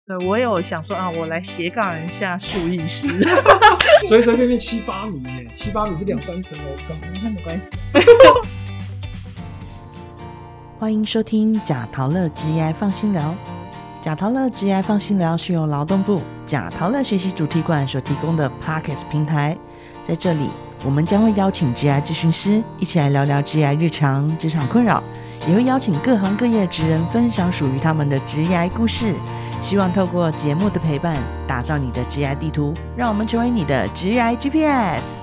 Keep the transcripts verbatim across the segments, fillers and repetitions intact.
对，我有想说啊，我来斜杠一下树艺师， 随随便便七八米耶，七八米是两三层楼高， 那没关系。 欢迎收听贾陶乐职业放心聊。贾陶乐职业放心聊是由劳动部贾陶乐学习主题馆所提供的 Podcast 平台，在这里我们将会邀请职业咨询师一起来聊聊职业日常、职场困扰，也会邀请各行各业职人分享属于他们的职业故事，希望透过节目的陪伴，打造你的职业地图，让我们成为你的职业 G P S。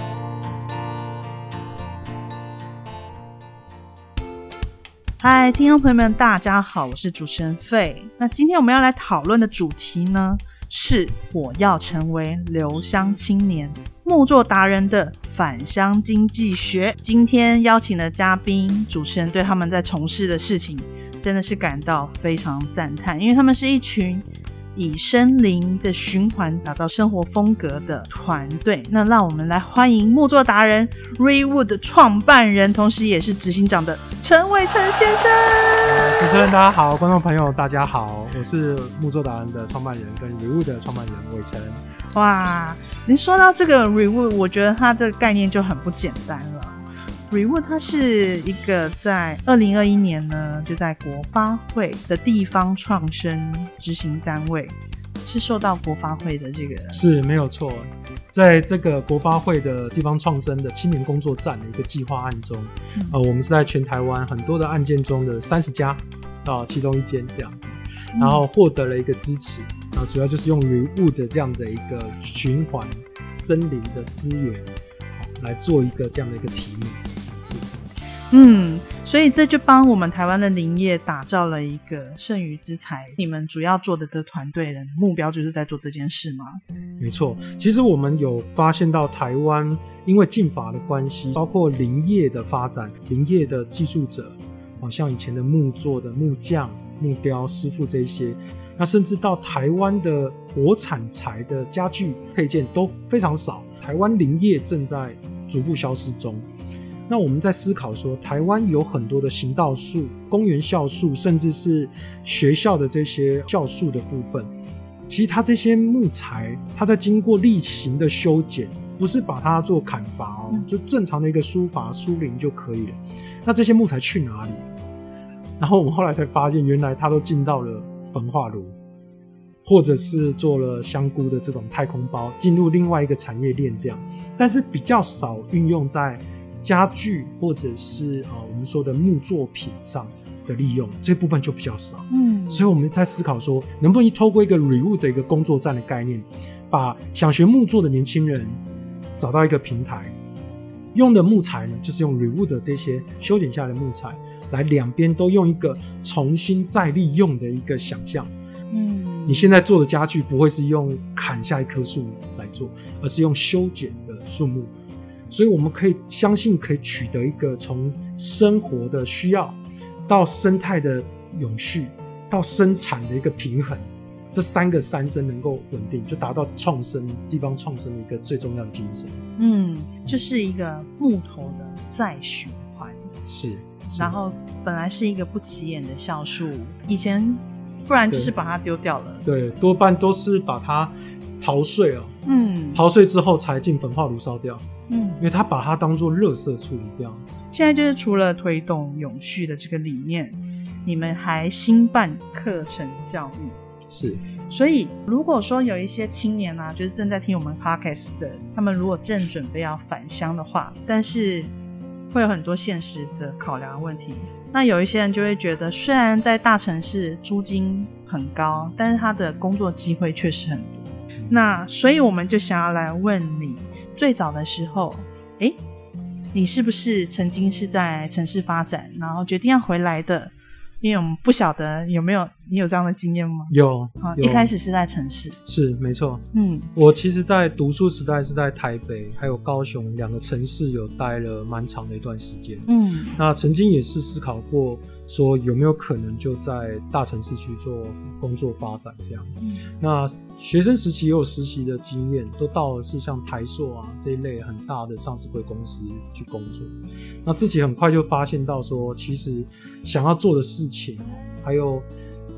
嗨，听众朋友们大家好，我是主持人费。那今天我们要来讨论的主题呢，是我要成为留乡青年，木作达人的返乡经济学。今天邀请的嘉宾，主持人对他们在从事的事情真的是感到非常赞叹，因为他们是一群以森林的循环打造生活风格的团队。那让我们来欢迎木作达人 Rewood 的创办人，同时也是执行长的陈伟成先生。 主持人大家好，观众朋友大家好，我是木作达人的创办人跟 Rewood 的创办人伟成。 哇，您说到这个 Rewood， 我觉得它这个概念就很不简单了。Rewood 它是一个在二零二一年呢，就在国发会的地方创生执行单位，是受到国发会的这个是没有错，在这个国发会的地方创生的青年工作站的一个计划案中、嗯呃、我们是在全台湾很多的案件中的三十家、呃、其中一间这样子，然后获得了一个支持、呃、主要就是用 Rewood 这样的一个循环森林的资源、呃、来做一个这样的一个题目。是， 嗯，所以这就帮我们台湾的林业打造了一个剩余之才。你们主要做的的团队的目标就是在做这件事吗？ 没错，其实我们有发现到台湾因为禁法的关系，包括林业的发展，林业的技术者，好像以前的木作的木匠、木雕师傅这一些，那甚至到台湾的国产材的家具配件都非常少，台湾林业正在逐步消失中。那我们在思考说，台湾有很多的行道树、公园校树，甚至是学校的这些校树的部分，其实它这些木材，它在经过例行的修剪，不是把它做砍伐哦，就正常的一个疏伐疏林就可以了。那这些木材去哪里？然后我们后来才发现，原来它都进到了焚化炉，或者是做了香菇的这种太空包，进入另外一个产业链这样，但是比较少运用在家具或者是、呃、我们说的木作品上的利用，这部分就比较少。嗯，所以我们在思考说，能不能透过一个 Rewood 的一个工作站的概念，把想学木作的年轻人找到一个平台，用的木材呢，就是用 Rewood 的这些修剪下来的木材，来两边都用一个重新再利用的一个想象。嗯，你现在做的家具不会是用砍下一棵树来做，而是用修剪的树木。所以我们可以相信可以取得一个从生活的需要到生态的永续到生产的一个平衡，这三个三生能够稳定，就达到创生地方创生的一个最重要的精神。 嗯，就是一个木头的再循环。 是，是然后本来是一个不起眼的校树，以前不然就是把它丢掉了。 对，多半都是把它刨碎哦，嗯，刨碎之后才进焚化炉烧掉。嗯，因为他把它当作垃圾处理掉。 现在就是除了推动永续的这个理念，你们还新办课程教育。 是， 所以如果说有一些青年啊，就是正在听我们 podcast 的，他们如果正准备要返乡的话，但是会有很多现实的考量问题。那有一些人就会觉得，虽然在大城市租金很高，但是他的工作机会确实很多。那所以我们就想要来问你，最早的时候，诶，你是不是曾经是在城市发展，然后决定要回来的？因为我们不晓得有没有你有这样的经验吗？ 有，有一开始是在城市。 是没错。嗯，我其实在读书时代是在台北还有高雄两个城市有待了蛮长的一段时间。嗯，那曾经也是思考过说有没有可能就在大城市去做工作发展这样。嗯，那学生时期也有实习的经验，都到了是像台塑啊这一类很大的上市柜公司去工作。那自己很快就发现到说，其实想要做的事情还有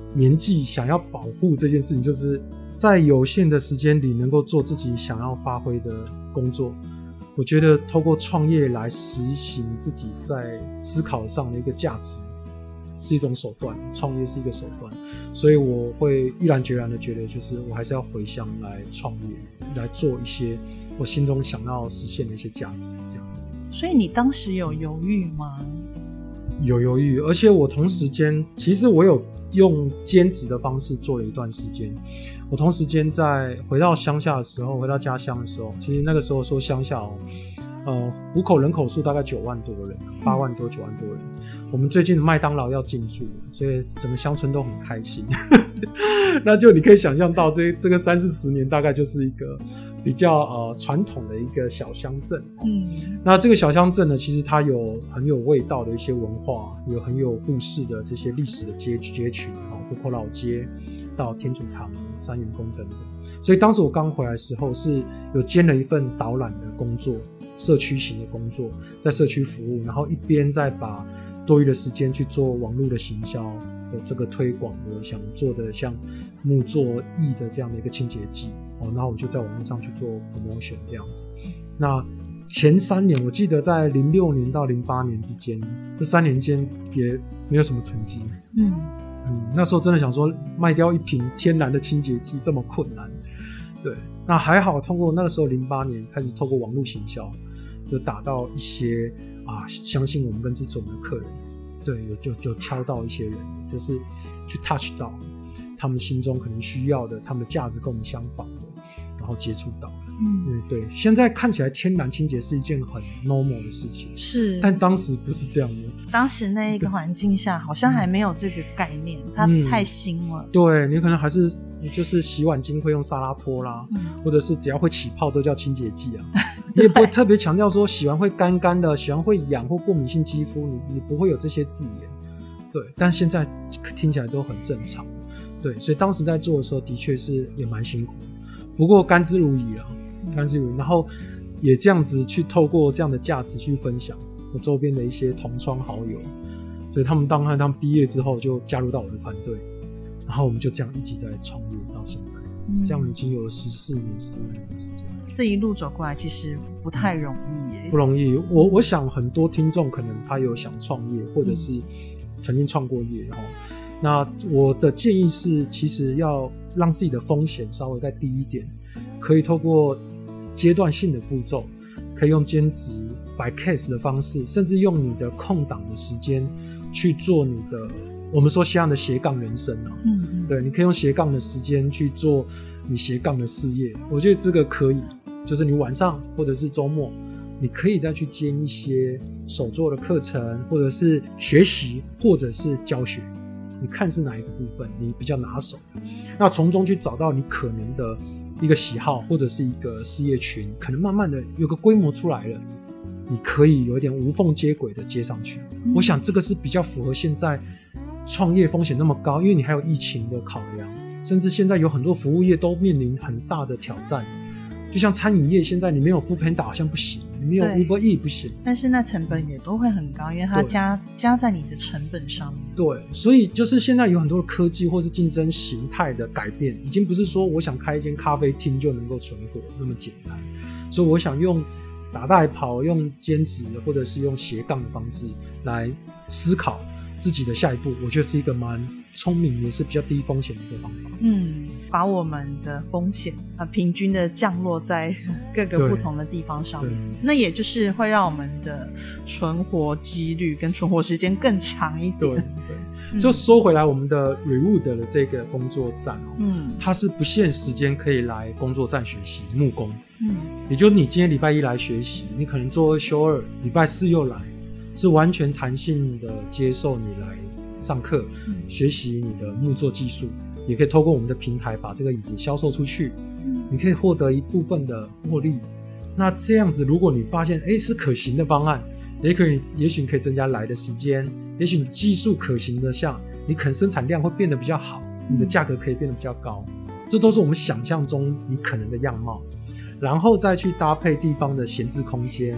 年纪想要保护这件事情，就是在有限的时间里能够做自己想要发挥的工作。我觉得透过创业来实行自己在思考上的一个价值是一种手段，创业是一个手段，所以我会毅然决然的觉得，就是我还是要回乡来创业，来做一些我心中想要实现的一些价值，这样子。 所以你当时有犹豫吗？ 有犹豫，而且我同时间，其实我有用兼职的方式做了一段时间。我同时间在回到乡下的时候，回到家乡的时候，其实那个时候说乡下哦，呃，湖口人口数大概九万多人，八万多、九万多人。我们最近的麦当劳要进驻，所以整个乡村都很开心。那就你可以想象到这，这这个三四十年大概就是一个比较呃传统的一个小乡镇。嗯，那这个小乡镇呢，其实它有很有味道的一些文化，有很有故事的这些历史的街街群，哦，湖口老街到天主堂、三元宫等等。所以当时我刚回来的时候，是有兼了一份导览的工作。社区型的工作，在社区服务，然后一边再把多余的时间去做网络的行销的这个推广，我想做的像木作艺的这样的一个清洁剂，哦，然后我就在网络上去做 promotion 这样子。那前三年，我记得在零六年到零八年之间，这三年间也没有什么成绩。嗯嗯，那时候真的想说，卖掉一瓶天然的清洁剂这么困难，对。那还好，通过那个时候零八年开始透过网络行销，就打到一些啊相信我们跟支持我们的客人，对，有就就敲到一些人，就是去 touch 到他们心中可能需要的，他们的价值跟我们相仿的，然后接触到。嗯，对，现在看起来天然清洁是一件很 normal 的事情， 是， 但当时不是这样的。 当时那一个环境下，好像还没有这个概念，嗯，它太新了。 对，你可能还是就是洗碗巾会用沙拉托啦，嗯，或者是只要会起泡都叫清洁剂啊。你也不会特别强调说洗完会干干的，洗完会痒或过敏性肌肤，你你不会有这些字眼。对，但现在听起来都很正常。对，所以当时在做的时候，的确是也蛮辛苦，不过甘之如饴啊。甘之如饴，然后也这样子去透过这样的价值去分享我周边的一些同窗好友，所以他们当他们毕业之后就加入到我的团队，然后我们就这样一起在创业到现在，嗯，这样已经有了十四年、十五年的时间。 这一路走过来其实不太容易耶， 不容易。我我想很多听众可能他有想创业，或者是曾经创过业，嗯，那我的建议是，其实要让自己的风险稍微再低一点，可以透过阶段性的步骤，可以用兼职 by case 的方式，甚至用你的空档的时间去做你的，我们说西洋的斜杠人生啊，嗯嗯，对，你可以用斜杠的时间去做你斜杠的事业，我觉得这个可以，就是你晚上或者是周末，你可以再去接一些手作的课程，或者是学习，或者是教学，你看是哪一个部分你比较拿手，那从中去找到你可能的一个喜好或者是一个事业群，可能慢慢的有个规模出来了，你可以有一点无缝接轨的接上去，嗯，我想这个是比较符合现在创业风险那么高，因为你还有疫情的考量，甚至现在有很多服务业都面临很大的挑战，就像餐饮业，现在你没有 Foodpanda 好像不行，你没有 Uber Eats 不行， 但是那成本也都会很高，因为它加加在你的成本上面。 对，所以就是现在有很多的科技或是竞争形态的改变，已经不是说我想开一间咖啡厅就能够存活那么简单，所以我想用打代跑、用兼职或者是用斜杠的方式来思考自己的下一步，我觉得是一个蛮聪明也是比较低风险的一个方法。 嗯，把我们的风险啊平均的降落在各个不同的地方上面，那也就是会让我们的存活几率跟存活时间更长一点。对对，嗯，就说回来，我们的 Rewood 的这个工作站哦，嗯，它是不限时间可以来工作站学习木工，嗯，也就是你今天礼拜一来学习，你可能周二休二，礼拜四又来，是完全弹性的接受你来上课，嗯，学习你的木作技术，也可以透过我们的平台把这个椅子销售出去，嗯，你可以获得一部分的获利。那这样子，如果你发现诶是可行的方案，也可以，也许你可以增加来的时间，也许你技术可行的项，你可能生产量会变得比较好，你的价格可以变得比较高，这都是我们想象中你可能的样貌。然后再去搭配地方的闲置空间，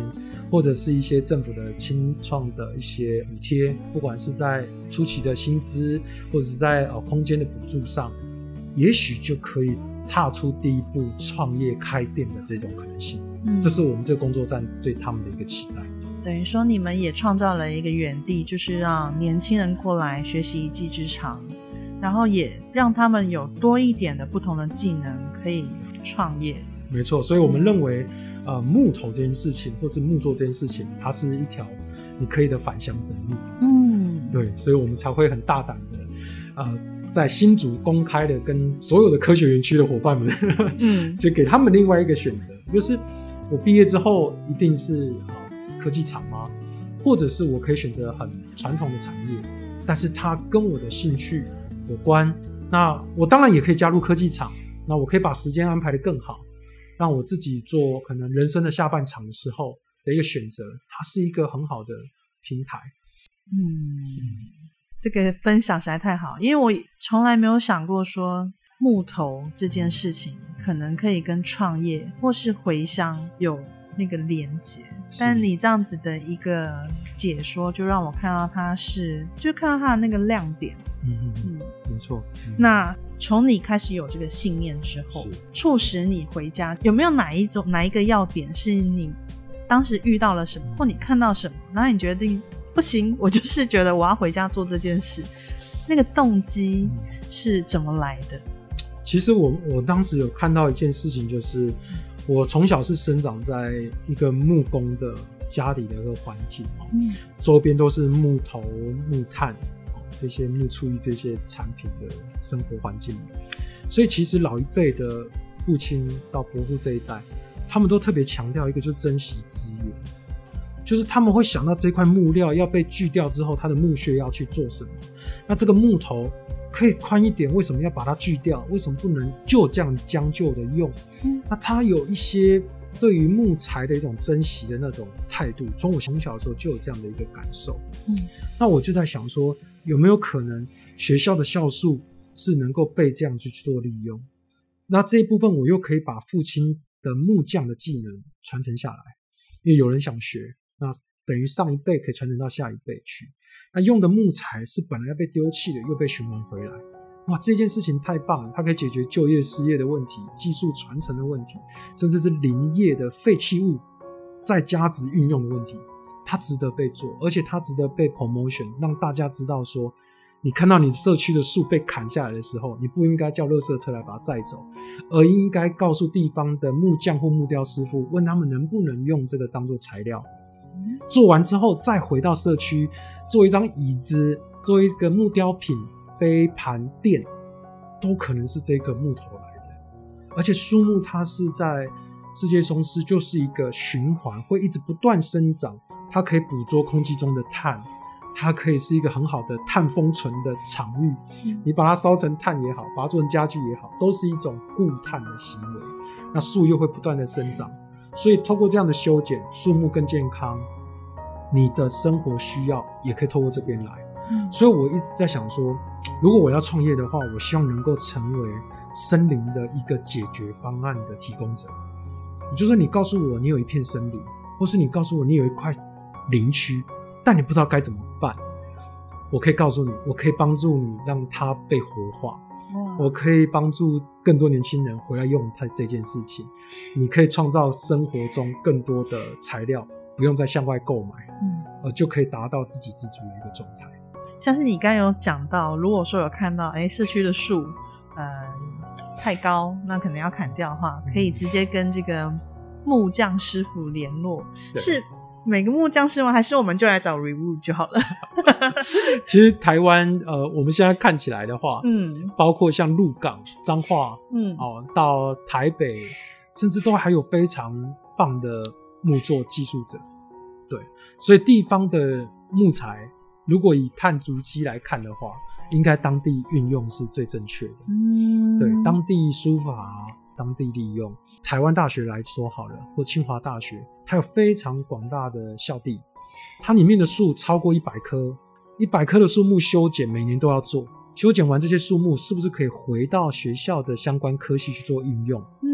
或者是一些政府的青创的一些补贴，不管是在初期的薪资，或者是在、呃、空间的补助上，也许就可以踏出第一步创业开店的这种可能性。嗯，这是我们这个工作站对他们的一个期待。 等于说你们也创造了一个园地，就是让年轻人过来学习一技之长，然后也让他们有多一点的不同的技能可以创业。没错， 所以我们认为呃，木头这件事情或是木作这件事情，它是一条你可以的返乡本路。嗯，对，所以我们才会很大胆的呃，在新竹公开的跟所有的科学园区的伙伴们嗯，就给他们另外一个选择，就是我毕业之后一定是、呃、科技厂吗？或者是我可以选择很传统的产业，但是它跟我的兴趣有关，那我当然也可以加入科技厂，那我可以把时间安排得更好，让我自己做可能人生的下半场的时候的一个选择，它是一个很好的平台。 嗯，这个分享实在太好，因为我从来没有想过说木头这件事情可能可以跟创业或是回乡有那个连结，但你这样子的一个解说就让我看到它是就看到它的那个亮点。 嗯嗯嗯，没错、嗯、 那从你开始有这个信念之后，促使你回家，有没有哪一种哪一个要点是你当时遇到了什么，或你看到什么，然后你决定不行，我就是觉得我要回家做这件事，那个动机是怎么来的？ 其实我我当时有看到一件事情，就是我从小是生长在一个木工的家里的一个环境、嗯、周边都是木头木炭这些木畜艺这些产品的生活环境，所以其实老一辈的父亲到伯父这一代，他们都特别强调一个，就是珍惜资源，就是他们会想到这块木料要被锯掉之后，它的木屑要去做什么，那这个木头可以宽一点，为什么要把它锯掉？为什么不能就这样将就的用、嗯、那他有一些对于木材的一种珍惜的那种态度，从我从小的时候就有这样的一个感受、嗯、那我就在想说，有没有可能学校的校树是能够被这样去做利用，那这一部分我又可以把父亲的木匠的技能传承下来，因为有人想学，那等于上一辈可以传承到下一辈去，那用的木材是本来要被丢弃的，又被循环回来，哇，这件事情太棒了，它可以解决就业失业的问题，技术传承的问题，甚至是林业的废弃物再加值运用的问题，它值得被做，而且它值得被 promotion， 让大家知道说，你看到你社区的树被砍下来的时候，你不应该叫垃圾车来把它载走，而应该告诉地方的木匠或木雕师傅，问他们能不能用这个当做材料，做完之后再回到社区做一张椅子，做一个木雕品，杯盘垫都可能是这个木头来的。而且树木它是在世界中是就是一个循环，会一直不断生长，它可以捕捉空气中的碳，它可以是一个很好的碳封存的场域、嗯、你把它烧成碳也好，把它做成家具也好，都是一种固碳的行为，那树又会不断的生长，所以透过这样的修剪，树木更健康，你的生活需要也可以透过这边来、嗯、所以我一直在想说，如果我要创业的话，我希望能够成为森林的一个解决方案的提供者，也就是说你告诉我你有一片森林，或是你告诉我你有一块林区，但你不知道该怎么办，我可以告诉你，我可以帮助你让它被活化、嗯、我可以帮助更多年轻人回来用它这件事情，你可以创造生活中更多的材料，不用再向外购买、嗯呃、就可以达到自给自足的一个状态。 像是你刚刚有讲到，如果说有看到哎社区的树呃太高，那可能要砍掉的话，可以直接跟这个木匠师傅联络，是每个木匠师傅还是我们就来找 Rewood 就好了？ 其实台湾呃，我们现在看起来的话，嗯，包括像鹿港、彰化，嗯，哦，到台北，甚至都还有非常棒的木作技术者，对，所以地方的木材，如果以碳足迹来看的话，应该当地运用是最正确的，嗯，对，当地书法。当地利用，台湾大学来说好了，或清华大学，它有非常广大的校地，它里面的树超过一百棵，一百棵的树木修剪每年都要做，修剪完这些树木是不是可以回到学校的相关科系去做运用？嗯，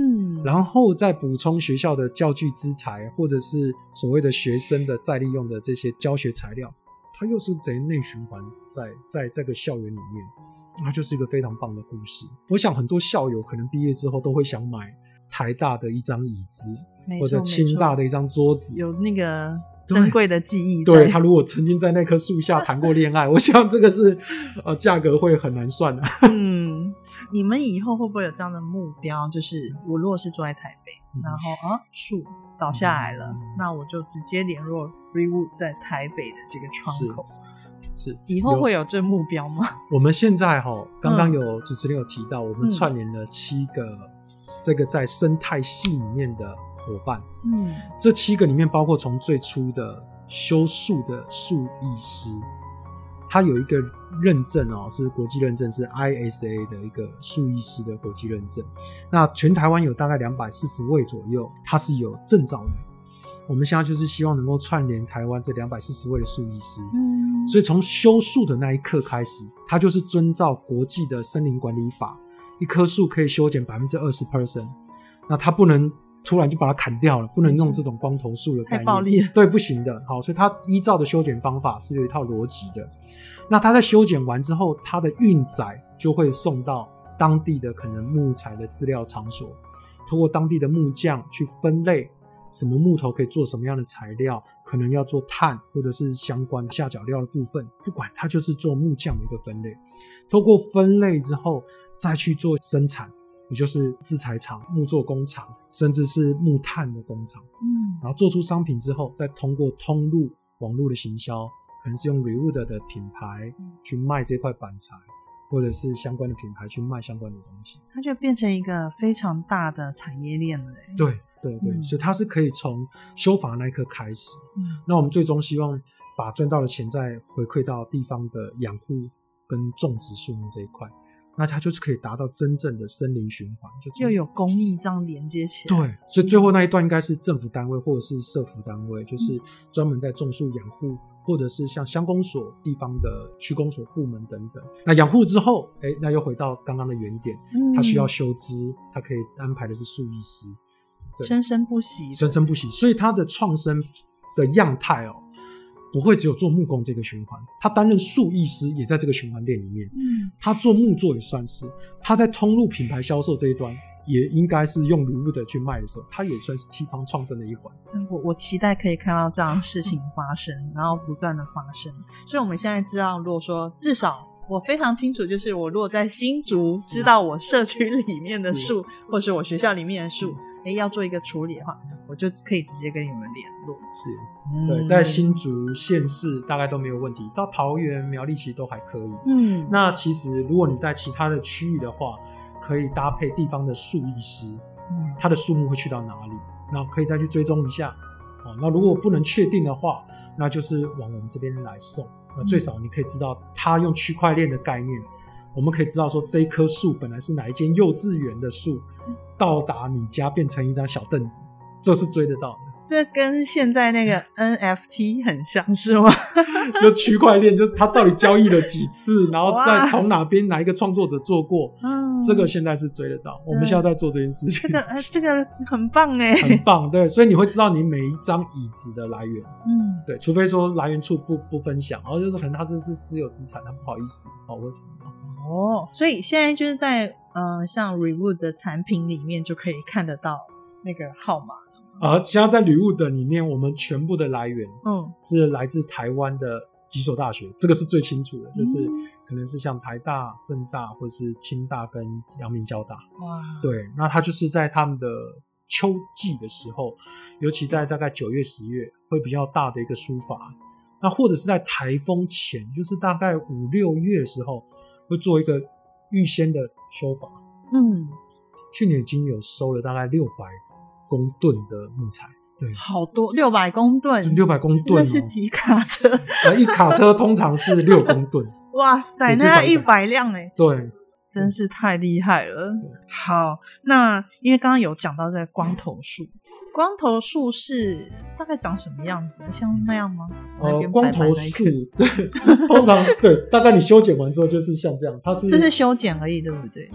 然后再补充学校的教具资材，或者是所谓的学生的再利用的这些教学材料，它又是等于内循环在在这个校园里面，它就是一个非常棒的故事。我想很多校友可能毕业之后都会想买台大的一张椅子，或者清大的一张桌子， 有那个珍贵的记忆。 对，他如果曾经在那棵树下谈过恋爱，我想这个是呃价格会很难算的。 嗯，你们以后会不会有这样的目标？就是我如果是住在台北，嗯、然后啊树倒下来了，嗯、那我就直接联络 Rewood 在台北的这个窗口。 是，是以后会有这目标吗？ 我们现在哈，刚刚有主持人有提到，嗯、我们串联了七个这个在生态系里面的伙伴，嗯，这七个里面包括从最初的修树的树艺师，他有一个认证哦，是国际认证，是 I S A 的一个树艺师的国际认证。那全台湾有大概两百四十位左右，他是有证照的。我们现在就是希望能够串联台湾这两百四十位的树艺师，嗯，所以从修树的那一刻开始，他就是遵照国际的森林管理法，一棵树可以修剪 百分之二十， 那他不能突然就把它砍掉了，不能用这种光头树的概念， 太暴力了， 对，不行的。好，所以他依照的修剪方法是有一套逻辑的。那他在修剪完之后，他的运载就会送到当地的可能木材的资料场所，透过当地的木匠去分类什么木头可以做什么样的材料，可能要做炭或者是相关下脚料的部分，不管他就是做木匠的一个分类。透过分类之后再去做生产，也就是制材厂、木作工厂，甚至是木炭的工厂，嗯，然后做出商品之后，再通过通路、网络的行销，可能是用 Rewood 的品牌去卖这块板材，或者是相关的品牌去卖相关的东西， 它就变成一个非常大的产业链了。 对对对、嗯，所以它是可以从修法那一刻开始，嗯，那我们最终希望把赚到的钱再回馈到地方的养护跟种植树木这一块。那它就是可以达到真正的森林循环， 就又有公益这样连接起来。 对，所以最后那一段应该是政府单位或者是社福单位，就是专门在种树养护，或者是像乡公所、地方的区公所部门等等。那养护之后，哎，那又回到刚刚的原点，它需要修枝，它可以安排的是树艺师， 生生不息， 生生不息。所以它的创生的样态哦，不会只有做木工这个循环，他担任树艺师也在这个循环链里面，嗯，他做木作也算是，他在通路品牌销售这一端也应该是用Rewood的去卖的时候，他也算是地方创生的一环。 我我期待可以看到这样的事情发生，然后不断的发生。所以我们现在知道，如果说至少我非常清楚，就是我如果在新竹知道我社区里面的树，或是我学校里面的树，哎，要做一个处理的话，我就可以直接跟你们联络。 是，嗯、对，在新竹县市大概都没有问题，到桃园、苗栗其实都还可以。嗯，那其实如果你在其他的区域的话，可以搭配地方的树艺师，嗯，它的树木会去到哪里，那可以再去追踪一下。哦，那如果不能确定的话，那就是往我们这边来送。那最少你可以知道，它用区块链的概念，我们可以知道说这一棵树本来是哪一间幼稚园的树，到达你家变成一张小凳子，这是追得到的。 这跟现在那个 N F T 很像是吗？ 就区块链，就他到底交易了几次，然后再从哪边哪一个创作者做过，这个现在是追得到。我们现在在做这件事情， 这个呃，这个很棒耶， 很棒，对，所以你会知道你每一张椅子的来源，嗯，对，除非说来源处不不分享，然后就是可能它这是私有资产，他不好意思，哦，为什么？ 哦，所以现在就是在呃，像 Rewood 的产品里面就可以看得到那个号码。 而现在在Rewood里面，我们全部的来源，嗯，是来自台湾的几所大学，这个是最清楚的，就是可能是像台大、政大或是清大跟阳明交大。哇，对，那它就是在他们的秋季的时候，尤其在大概九月、十月会比较大的一个书法，那或者是在台风前，就是大概五六月的时候，会做一个预先的修法。嗯，去年已经有收了大概六百公吨的木材，对， 好多，六百公吨， 六百公吨， 那是几卡车？ 呃，一卡车通常是六公吨。 哇塞，那要一百辆哎！ 对， 真是太厉害了。好，那因为刚刚有讲到这个光头树，光头树是大概长什么样子？像那样吗？ 呃，光头树，对，通常对，大概你修剪完之后就是像这样，它是这是修剪而已，对不对？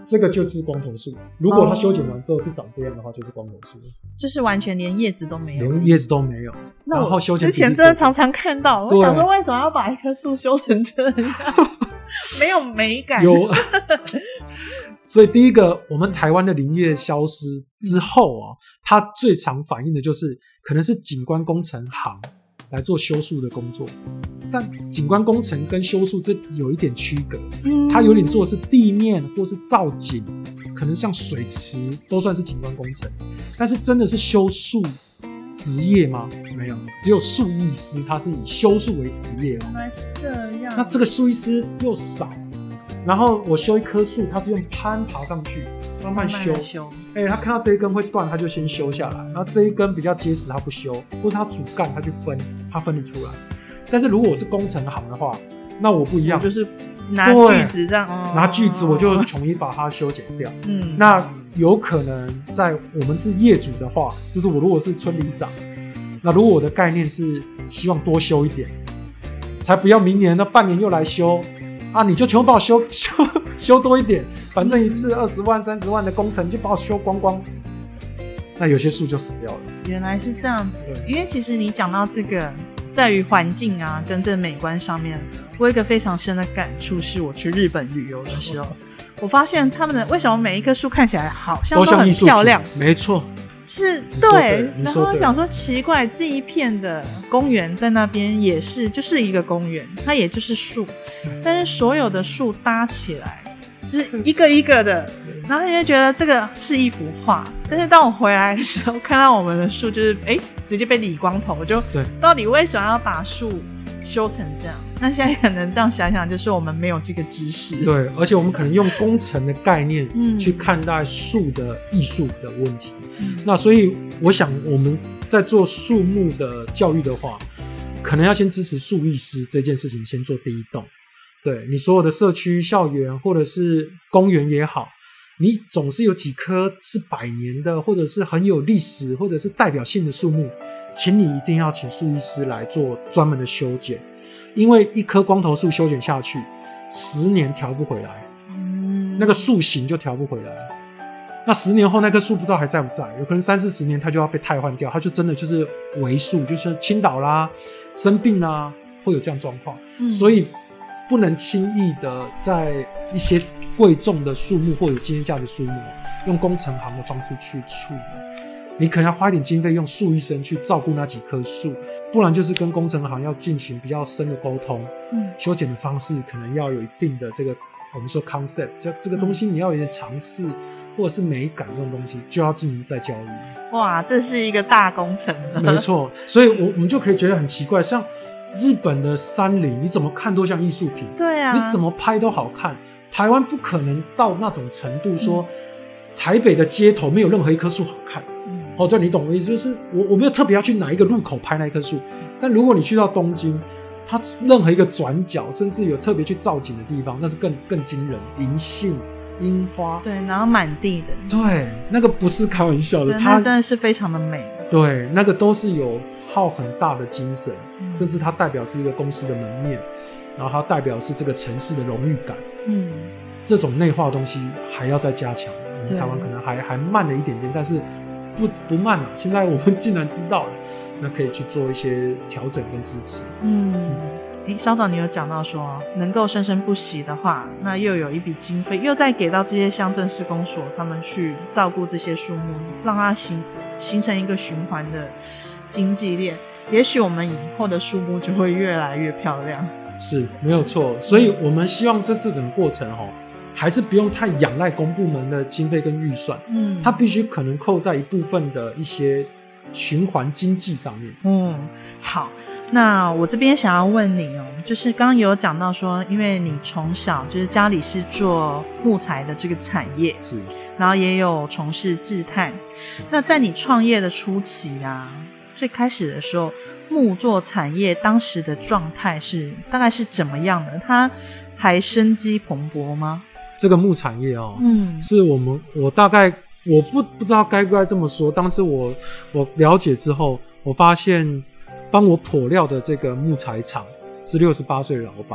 这个就是光头树。如果它修剪完之后是长这样的话，就是光头树， 就是完全连叶子都没有， 连叶子都没有。 那然后修剪之前真的常常看到，我想说为什么要把一棵树修成这样，没有美感。 有，所以第一个，我们台湾的林业消失之后啊，它最常反映的就是可能是景观工程行来做修树的工作。但景观工程跟修树这有一点区隔，嗯，它有点做的是地面或是造景，可能像水池都算是景观工程，但是真的是修树职业吗？没有，只有树艺师他是以修树为职业。 原来是这样。 那这个树艺师又少，然后我修一棵树，他是用攀爬上去慢慢修，哎、欸，他看到这一根会断，他就先修下来，然后这一根比较结实，他不修，或是他主干他去分，他分得出来。但是如果我是工程行的话，那我不一样， 我就是拿锯子这样， 哦、拿锯子我就统一把它修剪掉。 嗯， 那有可能在我们是业主的话，就是我如果是村里长，那如果我的概念是希望多修一点，才不要明年那半年又来修啊，你就全部帮我修修修多一点，反正一次二十万、三十万的工程就把我修光光，那有些树就死掉了。 原来是这样子，因为其实你讲到这个。在于环境啊跟这美观上面，我有一个非常深的感触，是我去日本旅游的时候，我发现他们的为什么每一棵树看起来好像都很漂亮， 没错， 是 对, 对然后我想说奇怪，这一片的公园在那边也是就是一个公园，它也就是树，但是所有的树搭起来就是一个一个的，然后你就觉得这个是一幅画。但是当我回来的时候，看到我们的树就是哎直接被理光头，我就对，到底为什么要把树修成这样？那现在可能这样想想，就是我们没有这个知识。 对，而且我们可能用工程的概念去看待树的艺术的问题。嗯、那所以我想我们在做树木的教育的话，可能要先支持树艺师这件事情，先做第一动。对，你所有的社区、校园或者是公园也好，你总是有几棵是百年的，或者是很有历史，或者是代表性的树木，请你一定要请树艺师来做专门的修剪，因为一棵光头树修剪下去，十年调不回来，嗯，那个树形就调不回来。那十年后那棵树不知道还在不在，有可能三四十年它就要被汰换掉，它就真的就是为树，就是倾倒啦、生病啦，会有这样状况，嗯，所以不能轻易的在一些贵重的树木或者有纪念价值树木用工程行的方式去处理，你可能要花一点经费用树医生去照顾那几棵树，不然就是跟工程行要进行比较深的沟通，嗯，修剪的方式可能要有一定的这个我们说 concept， 就这个东西你要有一点尝试，或者是美感这种东西就要进行再教育。 哇，这是一个大工程了。 没错，所以我我们就可以觉得很奇怪，像日本的山林，你怎么看都像艺术品， 对啊， 你怎么拍都好看。台湾不可能到那种程度说，嗯，台北的街头没有任何一棵树好看。嗯，哦，对，你懂我意思，就是我我没有特别要去哪一个路口拍那一棵树，但如果你去到东京，它任何一个转角，甚至有特别去造景的地方，那是更更惊人，银杏、樱花， 对，然后满地的， 对，那个不是开玩笑的， 它真的是非常的美。 对，那个都是有耗很大的精神，嗯，甚至它代表是一个公司的门面，然后它代表是这个城市的荣誉感。嗯，这种内化的东西还要再加强。我们台湾可能还还慢了一点点，但是不不慢了。现在我们竟然知道了，那可以去做一些调整跟支持。嗯。 诶，稍早你有讲到说能够生生不息的话，那又有一笔经费又再给到这些乡镇市公所，他们去照顾这些树木，让它形形成一个循环的经济链，也许我们以后的树木就会越来越漂亮。 是没有错，所以我们希望这这整个过程哦，还是不用太仰赖公部门的经费跟预算，嗯，它必须可能扣在一部分的一些循环经济上面。 嗯，好。那我这边想要问你哦，就是刚刚有讲到说，因为你从小就是家里是做木材的这个产业， 是， 然后也有从事制炭。那在你创业的初期啊，最开始的时候，木作产业当时的状态是大概是怎么样的？它还生机蓬勃吗？ 这个木产业哦，嗯，是我们我大概我不不知道该不该这么说，当时我我了解之后，我发现帮我剖料的这个木材厂是六十八岁的老板，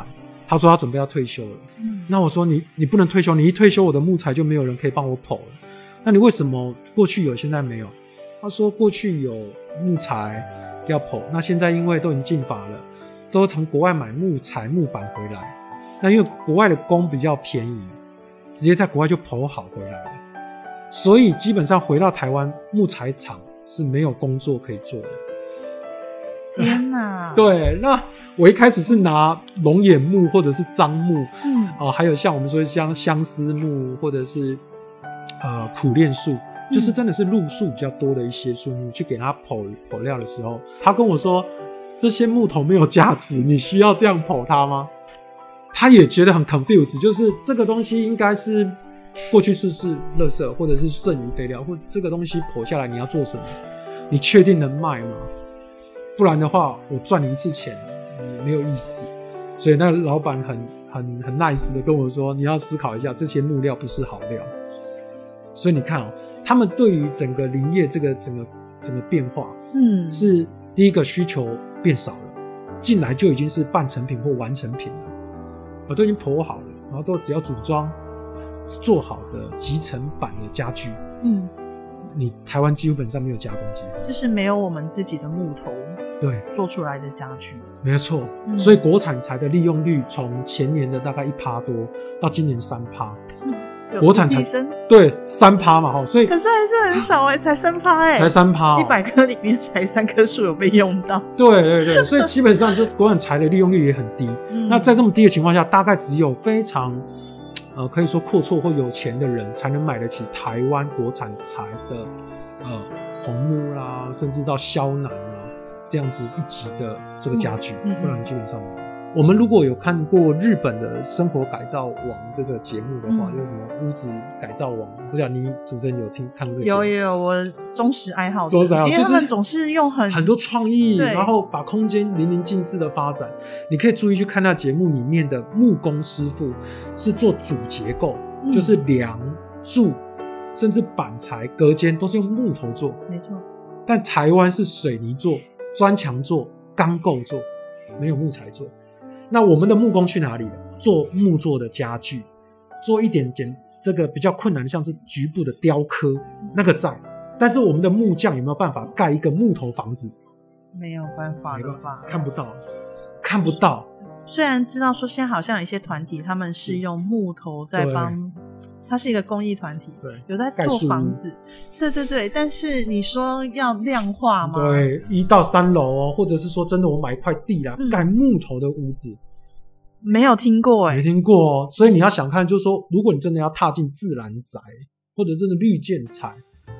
他说他准备要退休了。嗯，那我说你你不能退休，你一退休我的木材就没有人可以帮我剖了。那你为什么过去有现在没有？他说过去有木材要剖，那现在因为都已经禁法了，都从国外买木材木板回来。那因为国外的工比较便宜，直接在国外就剖好回来了，所以基本上回到台湾木材厂是没有工作可以做的。 天哪！ 对，那我一开始是拿龙眼木或者是樟木，嗯，哦、呃，还有像我们说像相思木或者是呃苦楝树，就是真的是路树比较多的一些树木，去给它剖剖料的时候，他跟我说这些木头没有价值，你需要这样剖它吗？他也觉得很 confused， 就是这个东西应该是过去是是垃圾或者是剩余废料，或这个东西剖下来你要做什么？你确定能卖吗？不然的话，我赚你一次钱，嗯，没有意思。所以那个老板很很很 nice 的跟我说，你要思考一下，这些木料不是好料。所以你看哦，他们对于整个林业这个整个整个变化，嗯，是第一个需求变少了，进来就已经是半成品或完成品了，我都已经剖好了，然后都只要组装做好的集成版的家具，嗯。你台湾基本上没有加工机会， 就是没有我们自己的木头对做出来的家具， 没错、嗯。所以国产材的利用率从前年的大概一趴多到今年三趴、嗯，国产材对三趴嘛，所以可是还是很少哎、欸，才三趴哎， 才三趴、哦， 一百棵里面才三棵树有被用到。 对对对，所以基本上就国产材的利用率也很低。嗯、那在这么低的情况下，大概只有非常。呃，可以说阔绰或有钱的人才能买得起台湾国产材的呃红木啦，甚至到肖楠啊这样子一级的这个家具，嗯嗯、不然基本上没有。我们如果有看过日本的生活改造网这个节目的话，嗯、就是什么屋子改造网，不知道你主持人有听看过这个节目？ 有有有，我忠实爱好者， 忠实爱好者， 因为他们总是用很很多创意，然后把空间淋漓尽致的发展。你可以注意去看那节目里面的木工师傅是做主结构，嗯、就是梁柱，甚至板材、隔间都是用木头做， 没错。 但台湾是水泥做、砖墙做、钢构做，没有木材做。那我们的木工去哪里了？做木做的家具，做一点点这个比较困难的，像是局部的雕刻，那个在。但是我们的木匠有没有办法盖一个木头房子？ 没有办法了吧？ 看不到，看不到。 虽然知道说现在好像有一些团体，他们是用木头在帮，它是一个公益团体，对，有在做房子，对对对。但是你说要量化吗？ 对，一到三楼哦，或者是说真的，我买一块地啦，嗯、盖木头的屋子， 没有听过哎、欸， 没听过哦。所以你要想看，就是说，如果你真的要踏进自然宅，或者真的绿建材，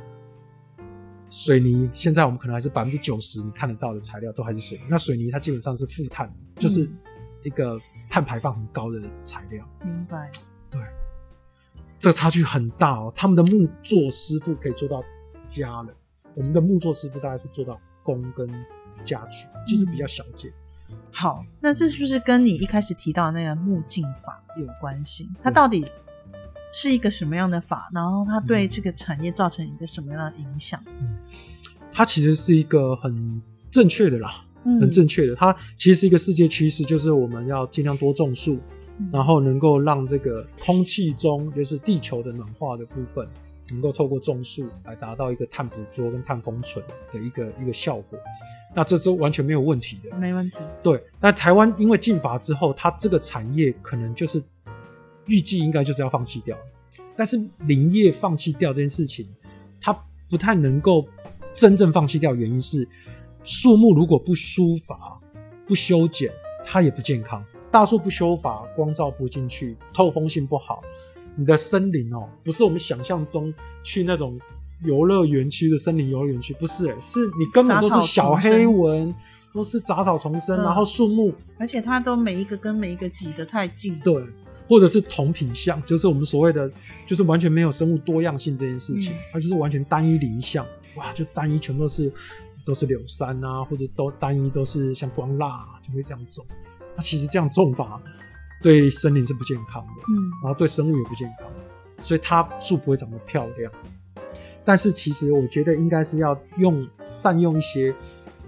水泥现在我们可能还是百分之九十你看得到的材料都还是水泥。那水泥它基本上是负碳，就是一个碳排放很高的材料。 明白。 对，这个差距很大哦。他们的木作师傅可以做到家了，我们的木作师傅大概是做到工跟家具，就是比较小件。 嗯、好，那这是不是跟你一开始提到的那个木禁法有关系？它到底是一个什么样的法？然后它对这个产业造成一个什么样的影响？ 嗯，它其实是一个很正确的啦。很正确的，它其实是一个世界趋势，就是我们要尽量多种树，嗯、然后能够让这个空气中就是地球的暖化的部分，能够透过种树来达到一个碳捕捉跟碳封存的一个一个效果。那这是完全没有问题的， 没问题。 对，那台湾因为禁法之后，它这个产业可能就是预计应该就是要放弃掉了。但是林业放弃掉这件事情，它不太能够真正放弃掉，原因是树木如果不疏伐、不修剪，它也不健康。大树不修伐，光照不进去，透风性不好，你的森林哦，不是我们想象中去那种游乐园区的森林游乐园区，不是、欸，是你根本都是小黑蚊，都是杂草丛生，嗯、然后树木， 而且它都每一个跟每一个挤得太近， 对，或者是同品相，就是我们所谓的，就是完全没有生物多样性这件事情，嗯、它就是完全单一林相，哇，就单一全部都是。都是柳杉啊，或者都单一都是像光蜡、啊，就会这样种。那其实这样种法对森林是不健康的，嗯，然后对生物也不健康，所以它树不会长得漂亮。但是其实我觉得应该是要用善用一些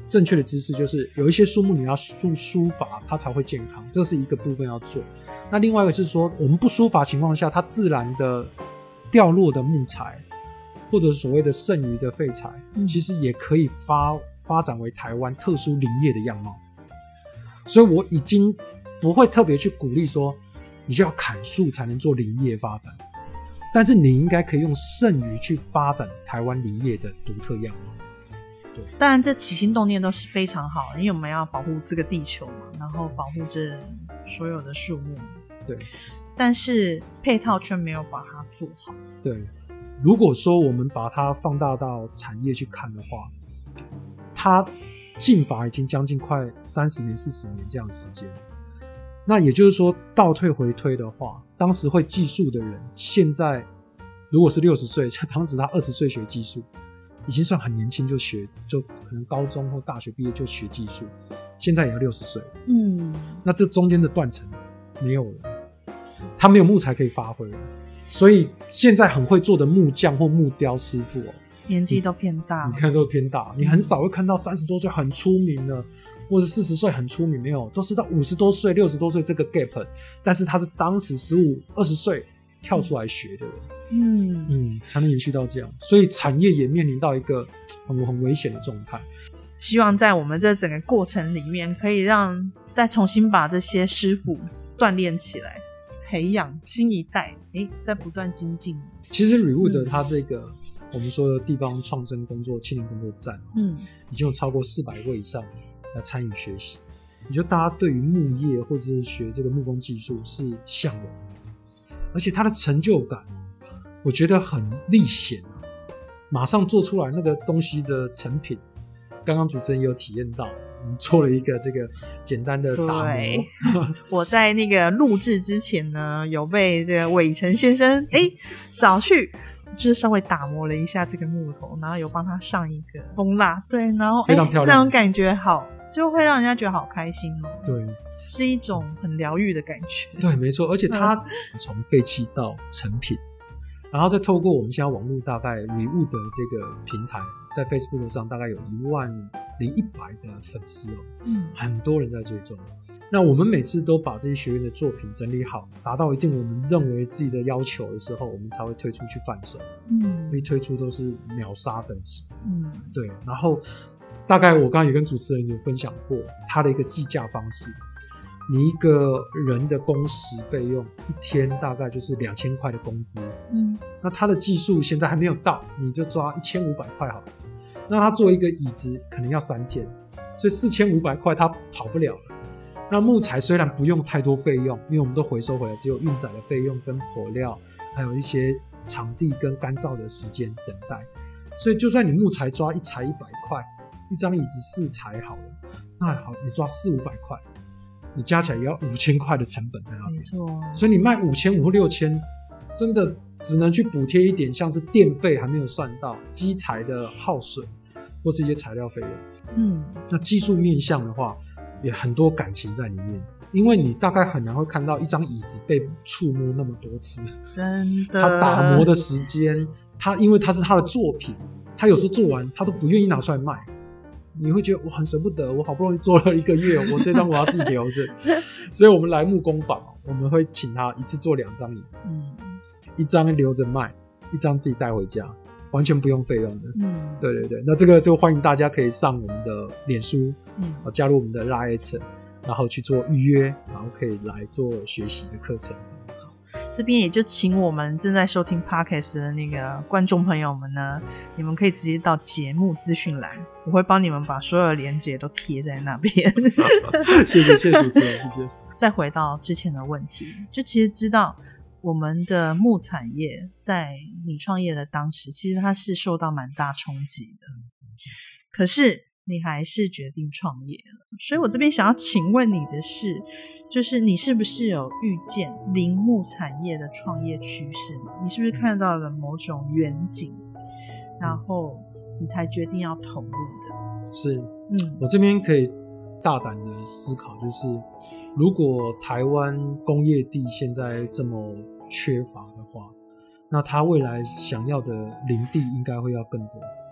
正确的知识，就是有一些树木你要用疏伐它才会健康，这是一个部分要做。那另外一个就是说，我们不疏伐情况下，它自然的掉落的木材或者所谓的剩余的废材、嗯、其实也可以发发展为台湾特殊林业的样貌。所以我已经不会特别去鼓励说你就要砍树才能做林业发展，但是你应该可以用剩余去发展台湾林业的独特样貌。对， 当然这起心动念都是非常好的，因为我们要保护这个地球嘛，然后保护这所有的树木。 对， 但是配套却没有把它做好。 对，如果说我们把它放大到产业去看的话，它禁伐已经将近快三十年、四十年这样的时间。那也就是说，倒退回推的话，当时会技术的人，现在如果是六十岁，当时他二十岁学技术，已经算很年轻就学，就可能高中或大学毕业就学技术，现在也要六十岁。 嗯， 那这中间的断层没有了，他没有木材可以发挥了，所以现在很会做的木匠或木雕师傅哦， 年纪都偏大， 你看都偏大，你很少会看到三十多岁很出名的，或者四十岁很出名，没有，都是到五十多岁、六十多岁这个 gap， 但是他是当时十五、二十岁跳出来学的人，嗯嗯，才能延续到这样，所以产业也面临到一个很很危险的状态。 希望在我们这整个过程里面，可以让再重新把这些师傅锻炼起来，培养新一代，诶，在不断精进。 其实 Rewood 它这个、嗯、我们说的地方创生工作青年工作站，嗯，已经有超过四百位以上来参与学习。你就大家对于木业或者是学这个木工技术是向往的，而且它的成就感，我觉得很立显啊！马上做出来那个东西的成品，刚刚主持人也有体验到，我们做了一个这个简单的打磨。 我在那个录制之前呢，有被这个伟成先生哎找去，就是稍微打磨了一下这个木头，然后有帮他上一个蜂蜡，对，然后非常漂亮， 那种感觉好，就会让人家觉得好开心哦。 对， 是一种很疗愈的感觉。 对，没错，而且它从废弃到成品。然后再透过我们现在网络大概 Rewood 的这个平台，在 Facebook 上大概有一万零一百的粉丝哦，嗯，很多人在追踪。那我们每次都把这些学员的作品整理好，达到一定我们认为自己的要求的时候，我们才会推出去贩售。嗯，一推出都是秒杀等级。嗯，对。然后大概我刚刚也跟主持人有分享过他的一个计价方式。你一个人的工时费用一天大概就是两千块的工资，嗯，那他的技术现在还没有到，你就抓一千五百块好了。那他做一个椅子可能要三天，所以四千五百块他跑不了了。那木材虽然不用太多费用，因为我们都回收回来，只有运载的费用跟火料，还有一些场地跟干燥的时间等待。所以就算你木材抓一材一百块，一张椅子四材好了，那好，你抓四五百块。你加起来也要五千块的成本在那边，没错。所以你卖五千五或六千，真的只能去补贴一点，像是电费还没有算到，机材的耗损或是一些材料费用。嗯，那技术面向的话，也很多感情在里面，因为你大概很难会看到一张椅子被触摸那么多次， 真的。 他打磨的时间，他因为他是他的作品，他有时候做完他都不愿意拿出来卖。你会觉得我很舍不得，我好不容易做了一个月，我这张我要自己留着。所以我们来木工坊，我们会请他一次做两张椅子，嗯，一张留着卖，一张自己带回家，完全不用费用的。嗯，对对对，那这个就欢迎大家可以上我们的脸书，嗯，加入我们的 Line， 然后去做预约，然后可以来做学习的课程这样子。 这边也就请我们正在收听 Podcast 的那个观众朋友们呢，你们可以直接到节目资讯栏，我会帮你们把所有的连结都贴在那边。 谢谢谢谢主持人，谢谢。 再回到之前的问题，就其实知道我们的木产业在你创业的当时，其实它是受到蛮大冲击的，可是你还是决定创业了。所以我这边想要请问你的是，就是你是不是有预见林木产业的创业趋势吗？你是不是看到了某种远景，然后你才决定要投入的？ 是，嗯，我这边可以大胆的思考，就是如果台湾工业地现在这么缺乏的话，那他未来想要的林地应该会要更多。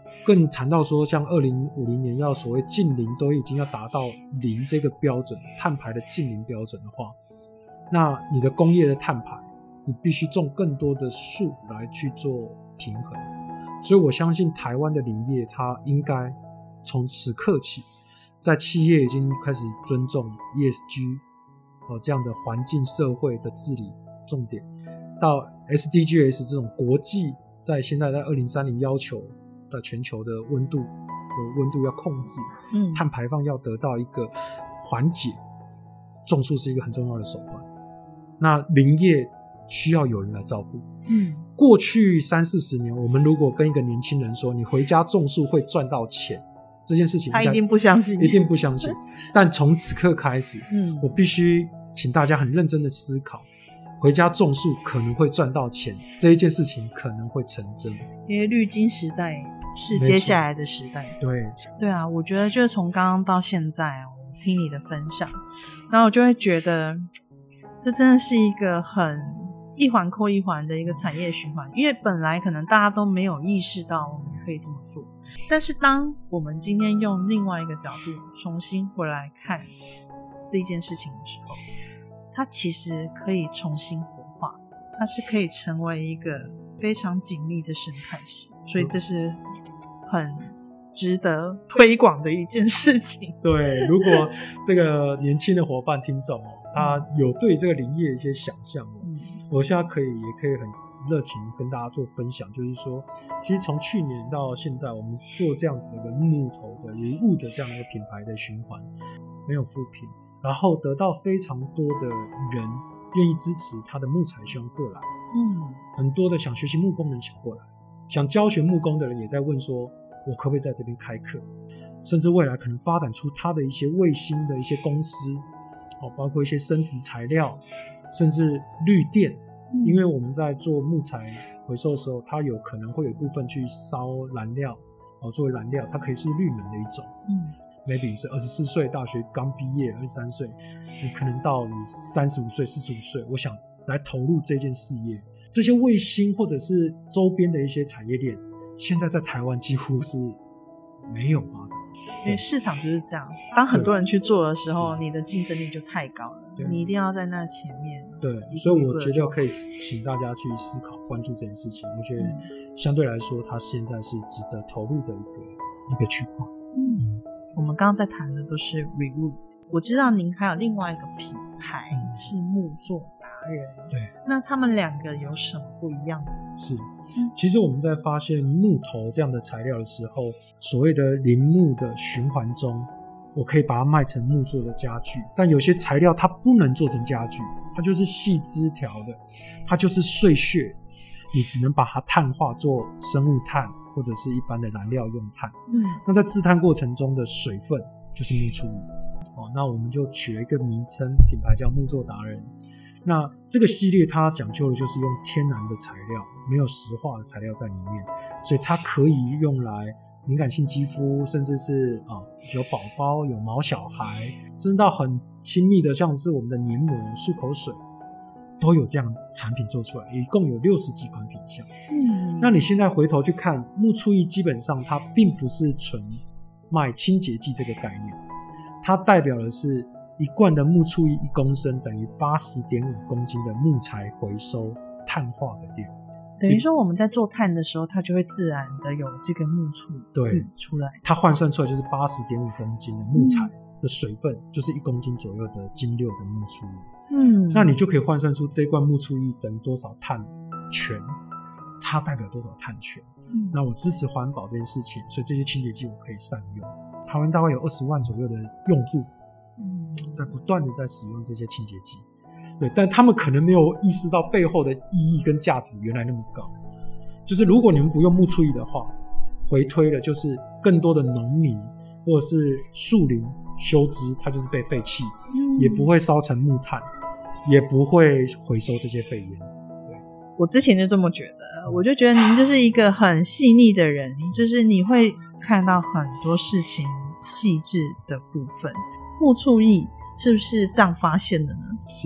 更谈到说像二零五零年要所谓净零都已经要达到零这个标准，碳排的净零标准的话，那你的工业的碳排你必须种更多的树来去做平衡。所以我相信台湾的林业它应该从此刻起，在企业已经开始尊重 E S G、呃、这样的环境社会的治理重点，到 S D Gs 这种国际在现在在二零三零要求的全球的温度的温度要控制，嗯，碳排放要得到一个缓解，种树是一个很重要的手段。那林业需要有人来照顾。嗯，过去三四十年，我们如果跟一个年轻人说你回家种树会赚到钱，这件事情他一定不相信， 一定不相信。但从此刻开始，嗯，我必须请大家很认真的思考，回家种树可能会赚到钱，这一件事情可能会成真。 因为绿金时代是接下来的时代。 对对啊，我觉得就是从刚刚到现在，我听你的分享，然后我就会觉得这真的是一个很一环扣一环的一个产业循环，因为本来可能大家都没有意识到我们可以这么做，但是当我们今天用另外一个角度重新回来看这一件事情的时候，它其实可以重新活化，它是可以成为一个非常紧密的生态系，所以这是很值得推广的一件事情。 对，如果这个年轻的伙伴听众哦，他有对这个林业一些想象哦，嗯，我现在可以也可以很热情跟大家做分享，就是说其实从去年到现在，我们做这样子的一个木头的林物的这样的一个品牌的循环，没有负评，然后得到非常多的人愿意支持他的木材希望过来，嗯，很多的想学习木工的人想过来，想教学木工的人也在问说我可不可以在这边开课，甚至未来可能发展出他的一些卫星的一些公司，哦，包括一些生质材料，甚至绿电，嗯，因为我们在做木材回收的时候，它有可能会有一部分去烧燃料，哦，作为燃料，它可以是绿能的一种，嗯，maybe 是二十四岁大学刚毕业，二十三岁，你可能到你三十五岁、四十五岁，我想来投入这件事业，这些卫星或者是周边的一些产业链，现在在台湾几乎是没有发展， 因为市场就是这样，当很多人去做的时候，你的竞争力就太高了，你一定要在那前面。 对，所以我觉得可以请大家去思考关注这件事情，我觉得相对来说它现在是值得投入的一个一个区块。 嗯，我们刚刚在谈的都是 Reroot， 我知道您还有另外一个品牌，嗯，是木作达人， 对， 那他们两个有什么不一样的？ 是，其实我们在发现木头这样的材料的时候，所谓的林木的循环中，我可以把它卖成木做的家具，但有些材料它不能做成家具，它就是细枝条的，它就是碎屑，你只能把它碳化做生物炭或者是一般的燃料用炭，嗯，那在制炭过程中的水分就是木处理，哦，那我们就取了一个名称，品牌叫木作达人。那这个系列它讲究的就是用天然的材料，没有石化的材料在里面，所以它可以用来敏感性肌肤，甚至是、呃、有宝宝有毛小孩，甚至到很亲密的像是我们的黏膜漱口水都有这样产品做出来，一共有六十几款品项。嗯，那你现在回头去看木醋液，基本上它并不是纯卖清洁剂这个概念，它代表的是一罐的木醋液一公升等于 八十点五公斤的木材回收碳化的量， 等于说我们在做碳的时候，它就会自然的有这个木醋液出来， 它换算出来就是 八十点五公斤的木材的水分，嗯，就是一公斤左右的斤六的木醋液。嗯，那你就可以换算出这罐木醋液等于多少碳权，它代表多少碳权。嗯，那我支持环保这件事情，所以这些清洁剂我可以善用。台湾大概有二十万左右的用户，嗯，在不断的在使用这些清洁剂，对，但他们可能没有意识到背后的意义跟价值原来那么高。就是如果你们不用木醋液的话，回推了就是更多的农民或者是树林修枝，它就是被废弃，嗯，也不会烧成木炭，也不会回收这些废烟。对， 我之前就这么觉得，我就觉得您就是一个很细腻的人，就是你会看到很多事情细致的部分。木醋液是不是这样发现的呢？ 是，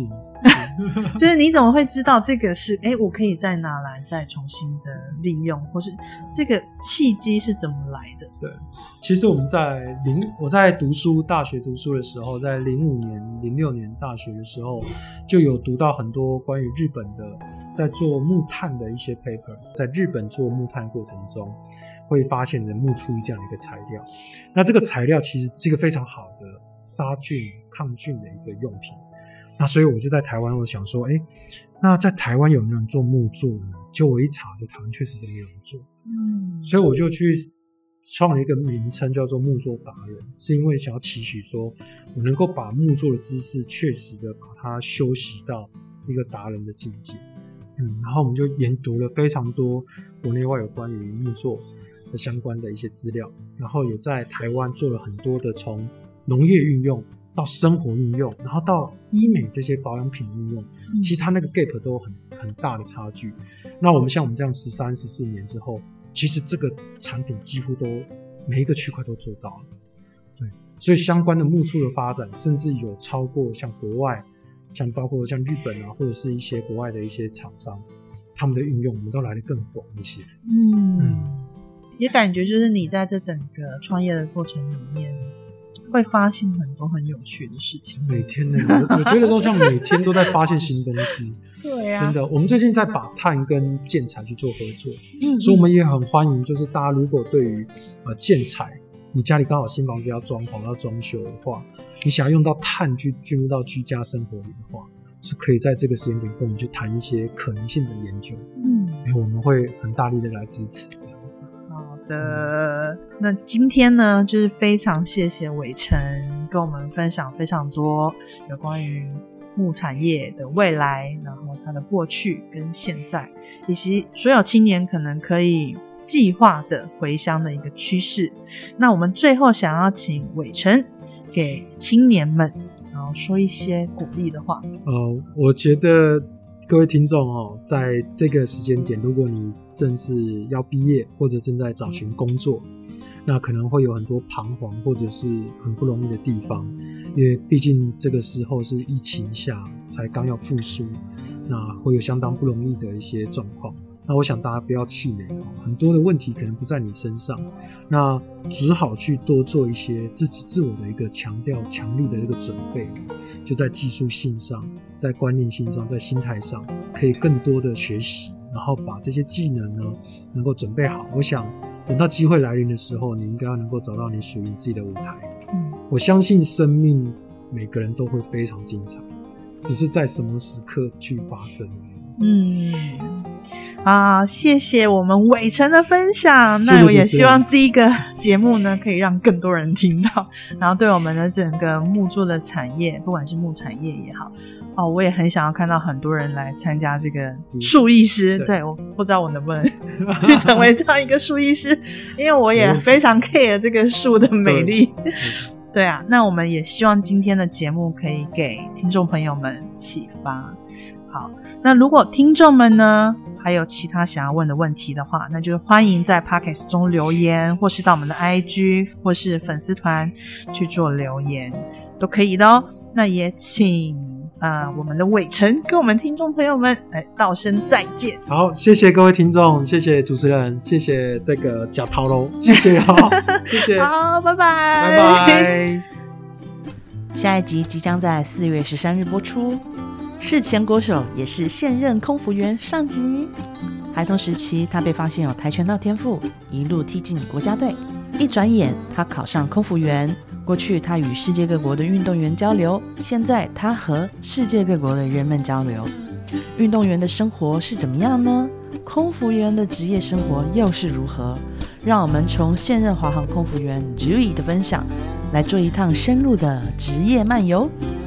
就是你怎么会知道这个是哎，我可以再拿来再重新的利用，或是这个契机是怎么来的？ 对，其实我们在零我在读书大学读书的时候，在零五年零六年大学的时候，就有读到很多关于日本的在做木炭的一些 paper， 在日本做木炭过程中会发现的木醋这样的一个材料。那这个材料其实是一个非常好的杀菌抗菌的一个用品。那所以我就在台湾，我想说，哎，那在台湾有没有人做木作呢？就我一查，就台湾确实是没有人做。嗯，所以我就去创了一个名称叫做木作达人，是因为想要期许说我能够把木作的知识确实的把它修习到一个达人的境界。嗯，然后我们就研读了非常多国内外有关于木作的相关的一些资料，然后也在台湾做了很多的从农业运用到生活运用，然后到医美这些保养品运用，嗯、其实它那个 gap 都有很很大的差距。那我们像我们这样十三、十四年之后，其实这个产品几乎都每一个区块都做到了。对，所以相关的木醋的发展，甚至有超过像国外，像包括像日本啊，或者是一些国外的一些厂商，他们的运用我们都来得更广一些。 嗯，嗯也感觉就是你在这整个创业的过程里面，会发现很多很有趣的事情。 每天呢，我我觉得都像每天都在发现新东西。 对啊， 真的，我们最近在把碳跟建材去做合作，嗯，所以我们也很欢迎，就是大家如果对于呃建材，你家里刚好新房子要装潢要装修的话，你想要用到碳去进入到居家生活里的话，是可以在这个时间点跟我们去谈一些可能性的研究。嗯，因为我们会很大力的来支持这样子。 好的，那今天呢，就是非常谢谢伟成跟我们分享非常多有关于木产业的未来，然后它的过去跟现在，以及所有青年可能可以计划的回乡的一个趋势。那我们最后想要请伟成给青年们，然后说一些鼓励的话。 呃，我觉得各位听众哦，在这个时间点，如果你正是要毕业或者正在找寻工作，那可能会有很多彷徨或者是很不容易的地方，因为毕竟这个时候是疫情下才刚要复苏，那会有相当不容易的一些状况。那我想大家不要气馁，很多的问题可能不在你身上，那只好去多做一些自己自我的一个强调强力的一个准备，就在技术性上，在观念性上，在心态上可以更多的学习，然后把这些技能呢能够准备好。我想等到机会来临的时候，你应该要能够找到你属于自己的舞台。嗯，我相信生命每个人都会非常精彩，只是在什么时刻去发生。嗯， 啊，谢谢我们伟成的分享。那我也希望这一个节目呢，可以让更多人听到，然后对我们的整个木作的产业，不管是木产业也好，哦，我也很想要看到很多人来参加这个树艺师。对，对，我不知道我能不能去成为这样一个树艺师，因为我也非常 care 这个树的美丽。对, 对啊，那我们也希望今天的节目可以给听众朋友们启发。好，那如果听众们呢还有其他想要问的问题的话，那就欢迎在 Podcast 中留言，或是到我们的 I G 或是粉丝团去做留言，都可以的哦。那也请呃我们的伟成跟我们听众朋友们来道声再见。 好，谢谢各位听众，谢谢主持人，谢谢这个假桃楼，谢谢哦，谢谢。 好，拜拜， 拜拜。 下一集即将在四月十三日播出。是前国手，也是现任空服员上集。孩童时期，他被发现有跆拳道天赋，一路踢进国家队。一转眼，他考上空服员。过去，他与世界各国的运动员交流，现在他和世界各国的人们交流。运动员的生活是怎么样呢？空服员的职业生活又是如何？让我们从现任华航空服员 Joey 的分享，来做一趟深入的职业漫游。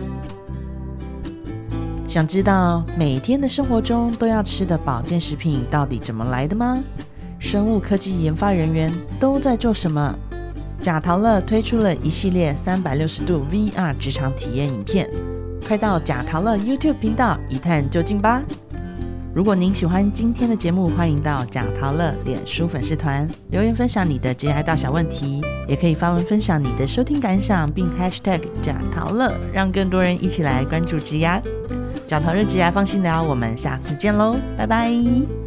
想知道每天的生活中都要吃的保健食品到底怎么来的吗？生物科技研发人员都在做什么？假桃乐推出了一系列三百六十度 V R 职场体验影片，快到假桃乐 YouTube 频道一探究竟吧！如果您喜欢今天的节目，欢迎到假桃乐脸书粉丝团留言分享你的职涯大小问题，也可以发文分享你的收听感想，并 hashtag 假桃乐，让更多人一起来关注职涯。 角头日职涯放心聊，我们下次见喽，拜拜。